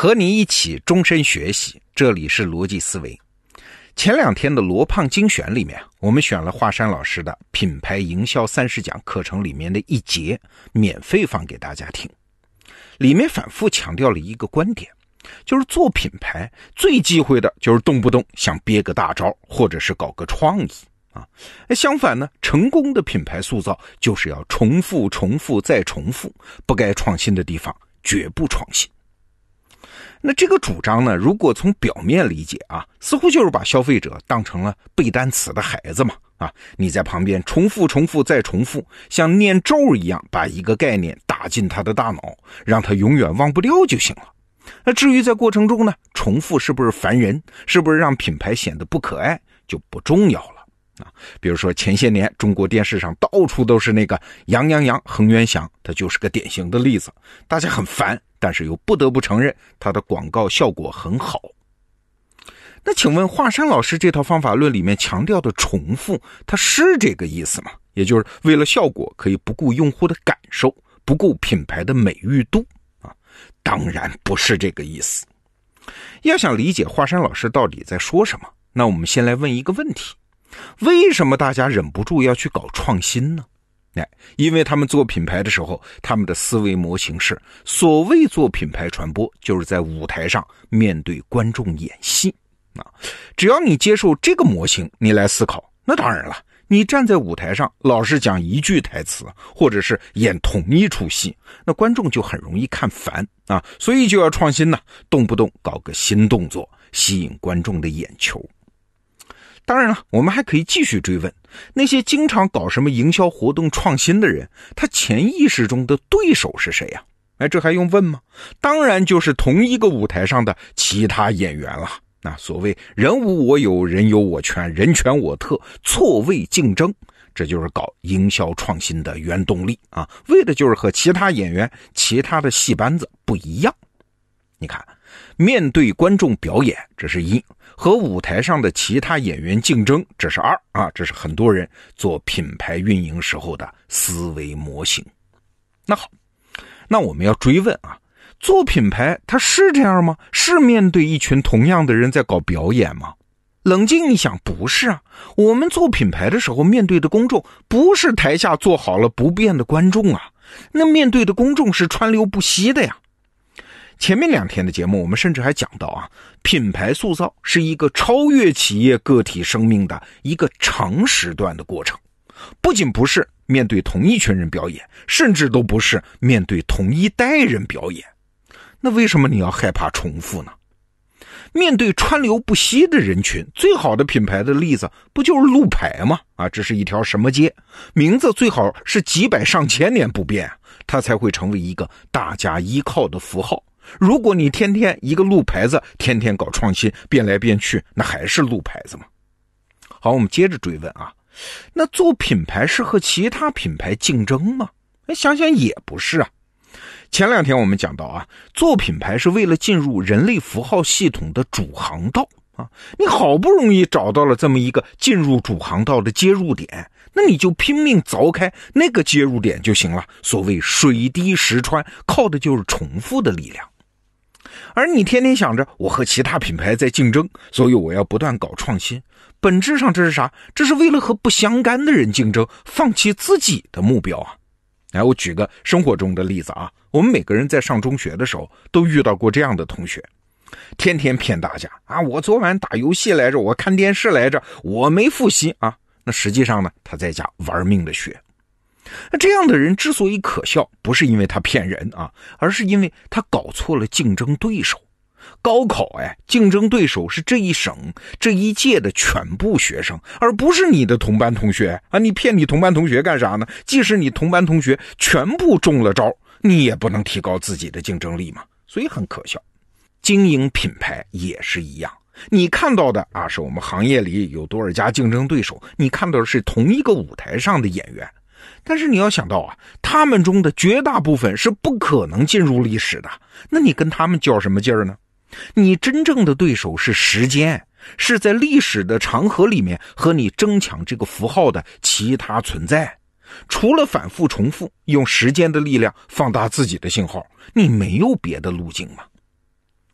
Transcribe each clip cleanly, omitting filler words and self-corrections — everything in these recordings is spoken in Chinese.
和你一起终身学习，这里是逻辑思维。前2天的罗胖精选里面，我们选了华山老师的品牌营销30讲课程里面的一节，免费放给大家听。里面反复强调了一个观点，就是做品牌最忌讳的就是动不动想憋个大招，或者是搞个创意啊。相反呢，成功的品牌塑造就是要重复再重复，不该创新的地方绝不创新。那这个主张呢，如果从表面理解啊，似乎就是把消费者当成了背单词的孩子嘛啊，你在旁边重复再重复，像念咒一样把一个概念打进他的大脑，让他永远忘不掉就行了。那至于在过程中呢，重复是不是烦人，是不是让品牌显得不可爱，就不重要了啊。比如说前些年中国电视上到处都是那个杨恒源祥，它就是个典型的例子，大家很烦，但是又不得不承认它的广告效果很好。那请问华山老师这套方法论里面强调的重复，它是这个意思吗？也就是为了效果可以不顾用户的感受，不顾品牌的美誉度啊？当然不是这个意思。要想理解华山老师到底在说什么，那我们先来问一个问题，为什么大家忍不住要去搞创新呢？因为他们做品牌的时候，他们的思维模型是，所谓做品牌传播，就是在舞台上面对观众演戏啊。只要你接受这个模型，你来思考，那当然了，你站在舞台上老是讲一句台词，或者是演同一出戏，那观众就很容易看烦啊，所以就要创新呢，动不动搞个新动作，吸引观众的眼球。当然了，我们还可以继续追问，那些经常搞什么营销活动创新的人，他潜意识中的对手是谁呀？这还用问吗？当然就是同一个舞台上的其他演员了。那所谓人无我有，人有我全，人权我特，错位竞争，这就是搞营销创新的原动力啊，为的就是和其他演员、其他的戏班子不一样。你看，面对观众表演，这是一；和舞台上的其他演员竞争，这是2啊。这是很多人做品牌运营时候的思维模型。那好，那我们要追问啊，做品牌它是这样吗？是面对一群同样的人在搞表演吗？冷静一想，不是啊。我们做品牌的时候面对的公众不是台下做好了不变的观众啊，那面对的公众是川流不息的呀。前面2天的节目，我们甚至还讲到啊，品牌塑造是一个超越企业个体生命的一个长时段的过程，不仅不是面对同一群人表演，甚至都不是面对同一代人表演。那为什么你要害怕重复呢？面对川流不息的人群，最好的品牌的例子不就是路牌吗？啊，这是一条什么街？名字最好是几百上千年不变，它才会成为一个大家依靠的符号。如果你天天一个路牌子，天天搞创新，变来变去，那还是路牌子吗？好，我们接着追问啊，那做品牌是和其他品牌竞争吗？想想也不是啊。前2天我们讲到啊，做品牌是为了进入人类符号系统的主航道啊，你好不容易找到了这么一个进入主航道的接入点，那你就拼命凿开那个接入点就行了。所谓水滴石穿，靠的就是重复的力量。而你天天想着我和其他品牌在竞争，所以我要不断搞创新，本质上这是啥？这是为了和不相干的人竞争，放弃自己的目标啊。我举个生活中的例子啊，我们每个人在上中学的时候都遇到过这样的同学，天天骗大家啊，我昨晚打游戏来着，我看电视来着，我没复习啊。那实际上呢，他在家玩命的学。那这样的人之所以可笑，不是因为他骗人啊，而是因为他搞错了竞争对手。高考竞争对手是这一省这一届的全部学生，而不是你的同班同学啊！你骗你同班同学干啥呢？即使你同班同学全部中了招，你也不能提高自己的竞争力嘛，所以很可笑。经营品牌也是一样，你看到的啊，是我们行业里有多少家竞争对手，你看到的是同一个舞台上的演员，但是你要想到啊，他们中的绝大部分是不可能进入历史的，那你跟他们较什么劲儿呢？你真正的对手是时间，是在历史的长河里面和你争抢这个符号的其他存在。除了反复重复，用时间的力量放大自己的信号，你没有别的路径吗？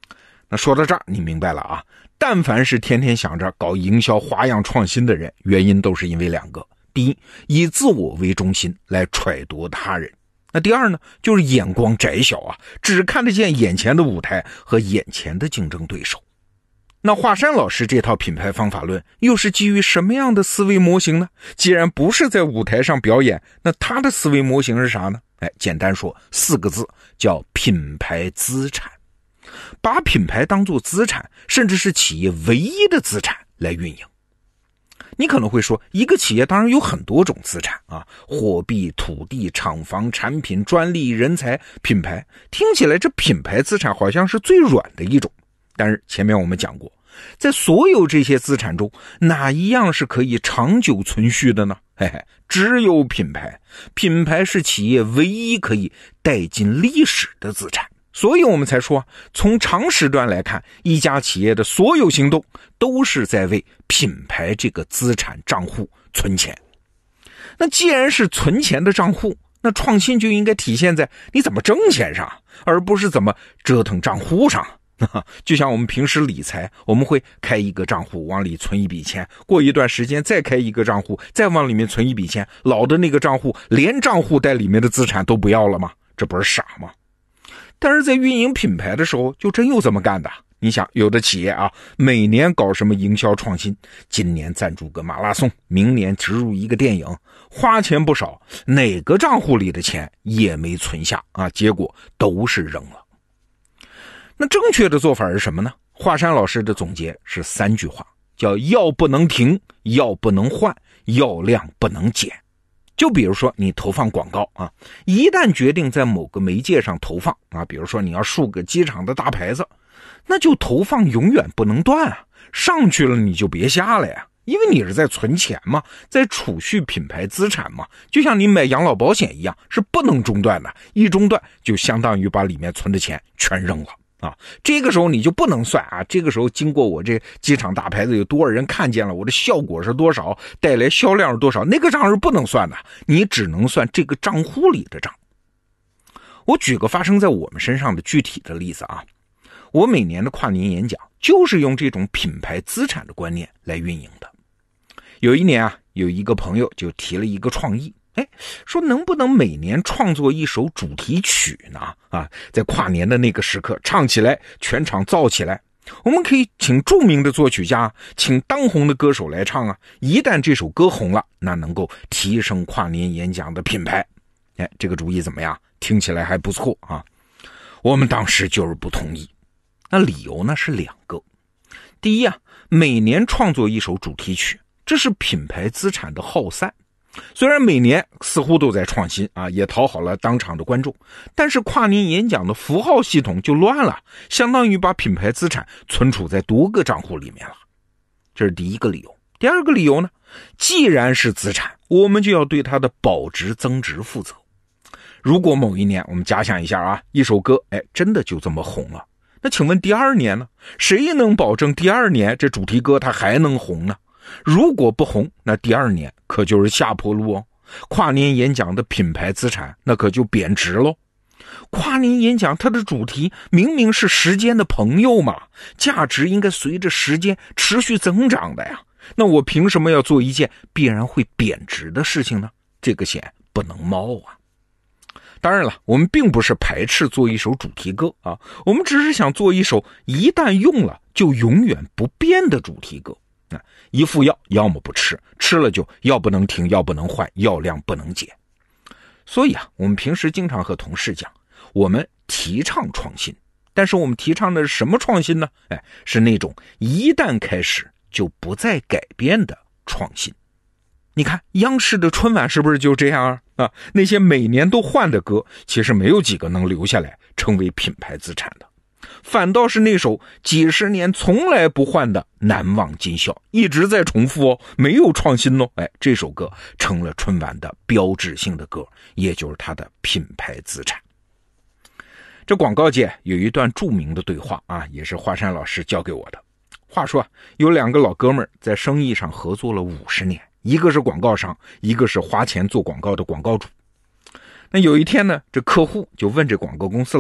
那说到这儿，你明白了啊？但凡是天天想着搞营销花样创新的人，原因都是因为两个：第一，以自我为中心来揣度他人；那第二呢，就是眼光窄小啊，只看得见眼前的舞台和眼前的竞争对手。那华山老师这套品牌方法论又是基于什么样的思维模型呢？既然不是在舞台上表演，那他的思维模型是啥呢？简单说4个字，叫品牌资产。把品牌当作资产，甚至是企业唯一的资产来运营。你可能会说，一个企业当然有很多种资产啊，货币、土地、厂房、产品、专利、人才、品牌，听起来这品牌资产好像是最软的一种。但是前面我们讲过，在所有这些资产中，哪一样是可以长久存续的呢？只有品牌。品牌是企业唯一可以带进历史的资产。所以我们才说，从长时段来看，一家企业的所有行动都是在为品牌这个资产账户存钱。那既然是存钱的账户，那创新就应该体现在你怎么挣钱上，而不是怎么折腾账户上。就像我们平时理财，我们会开一个账户，往里存一笔钱，过一段时间再开一个账户，再往里面存一笔钱，老的那个账户连账户带里面的资产都不要了吗？这不是傻吗？但是在运营品牌的时候，就真有这么干的。你想，有的企业啊，每年搞什么营销创新，今年赞助个马拉松，明年植入一个电影，花钱不少，哪个账户里的钱也没存下啊，结果都是扔了。那正确的做法是什么呢？华山老师的总结是3句话，叫要不能停，要不能换，要量不能减。就比如说你投放广告啊，一旦决定在某个媒介上投放啊，比如说你要树个机场的大牌子，那就投放永远不能断啊，上去了你就别下了呀，因为你是在存钱嘛，在储蓄品牌资产嘛，就像你买养老保险一样，是不能中断的，一中断就相当于把里面存的钱全扔了啊，这个时候你就不能算啊，这个时候经过我这机场大牌子有多少人看见了，我的效果是多少，带来销量是多少，那个账是不能算的，你只能算这个账户里的账。我举个发生在我们身上的具体的例子啊，我每年的跨年演讲就是用这种品牌资产的观念来运营的。有一年啊，有一个朋友就提了一个创意，说能不能每年创作一首主题曲呢？在跨年的那个时刻唱起来，全场燥起来。我们可以请著名的作曲家，请当红的歌手来唱啊。一旦这首歌红了，那能够提升跨年演讲的品牌。这个主意怎么样？听起来还不错啊。我们当时就是不同意。那理由呢是2个。第一啊，每年创作一首主题曲，这是品牌资产的耗散。虽然每年似乎都在创新啊，也讨好了当场的观众，但是跨年演讲的符号系统就乱了，相当于把品牌资产存储在多个账户里面了。这是第一个理由。第二个理由呢，既然是资产，我们就要对它的保值增值负责。如果某一年我们假想一下啊，一首歌真的就这么红了，那请问第2年呢？谁能保证第2年这主题歌它还能红呢？如果不红，那第2年可就是下坡路哦。跨年演讲的品牌资产那可就贬值咯。跨年演讲它的主题明明是时间的朋友嘛，价值应该随着时间持续增长的呀。那我凭什么要做一件必然会贬值的事情呢？这个险不能冒啊。当然了，我们并不是排斥做一首主题歌啊，我们只是想做一首一旦用了就永远不变的主题歌。一副药要么不吃，吃了就要不能停，要不能换，药量不能减。所以啊，我们平时经常和同事讲，我们提倡创新，但是我们提倡的是什么创新呢？是那种一旦开始就不再改变的创新。你看央视的春晚是不是就这样啊？那些每年都换的歌，其实没有几个能留下来成为品牌资产的，反倒是那首几十年从来不换的难忘今宵，一直在重复哦，没有创新哦。这首歌成了春晚的标志性的歌，也就是它的品牌资产。这广告界有一段著名的对话啊，也是华山老师教给我的。话说有2个老哥们在生意上合作了50年，一个是广告商，一个是花钱做广告的广告主。那有一天呢，这客户就问这广告公司老板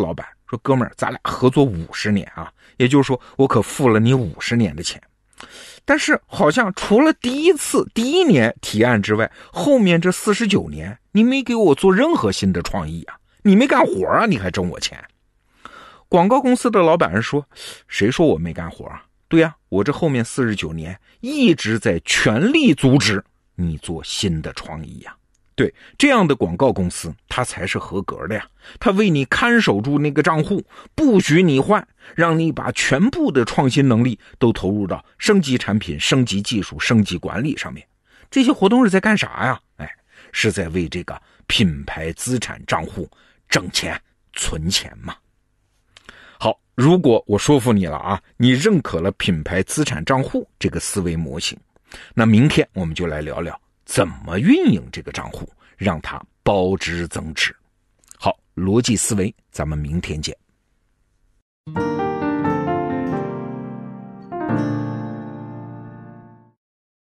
说哥们儿，咱俩合作50年啊，也就是说我可付了你50年的钱。但是好像除了第一年提案之外，后面这49年你没给我做任何新的创意啊，你没干活啊，你还挣我钱。广告公司的老板说，谁说我没干活啊？对啊，我这后面49年一直在全力阻止你做新的创意呀。对，这样的广告公司它才是合格的呀，它为你看守住那个账户，不许你换，让你把全部的创新能力都投入到升级产品、升级技术、升级管理上面。这些活动是在干啥呀？是在为这个品牌资产账户挣钱存钱嘛。好，如果我说服你了啊，你认可了品牌资产账户这个思维模型，那明天我们就来聊聊怎么运营这个账户，让它包值增值。好，逻辑思维，咱们明天见。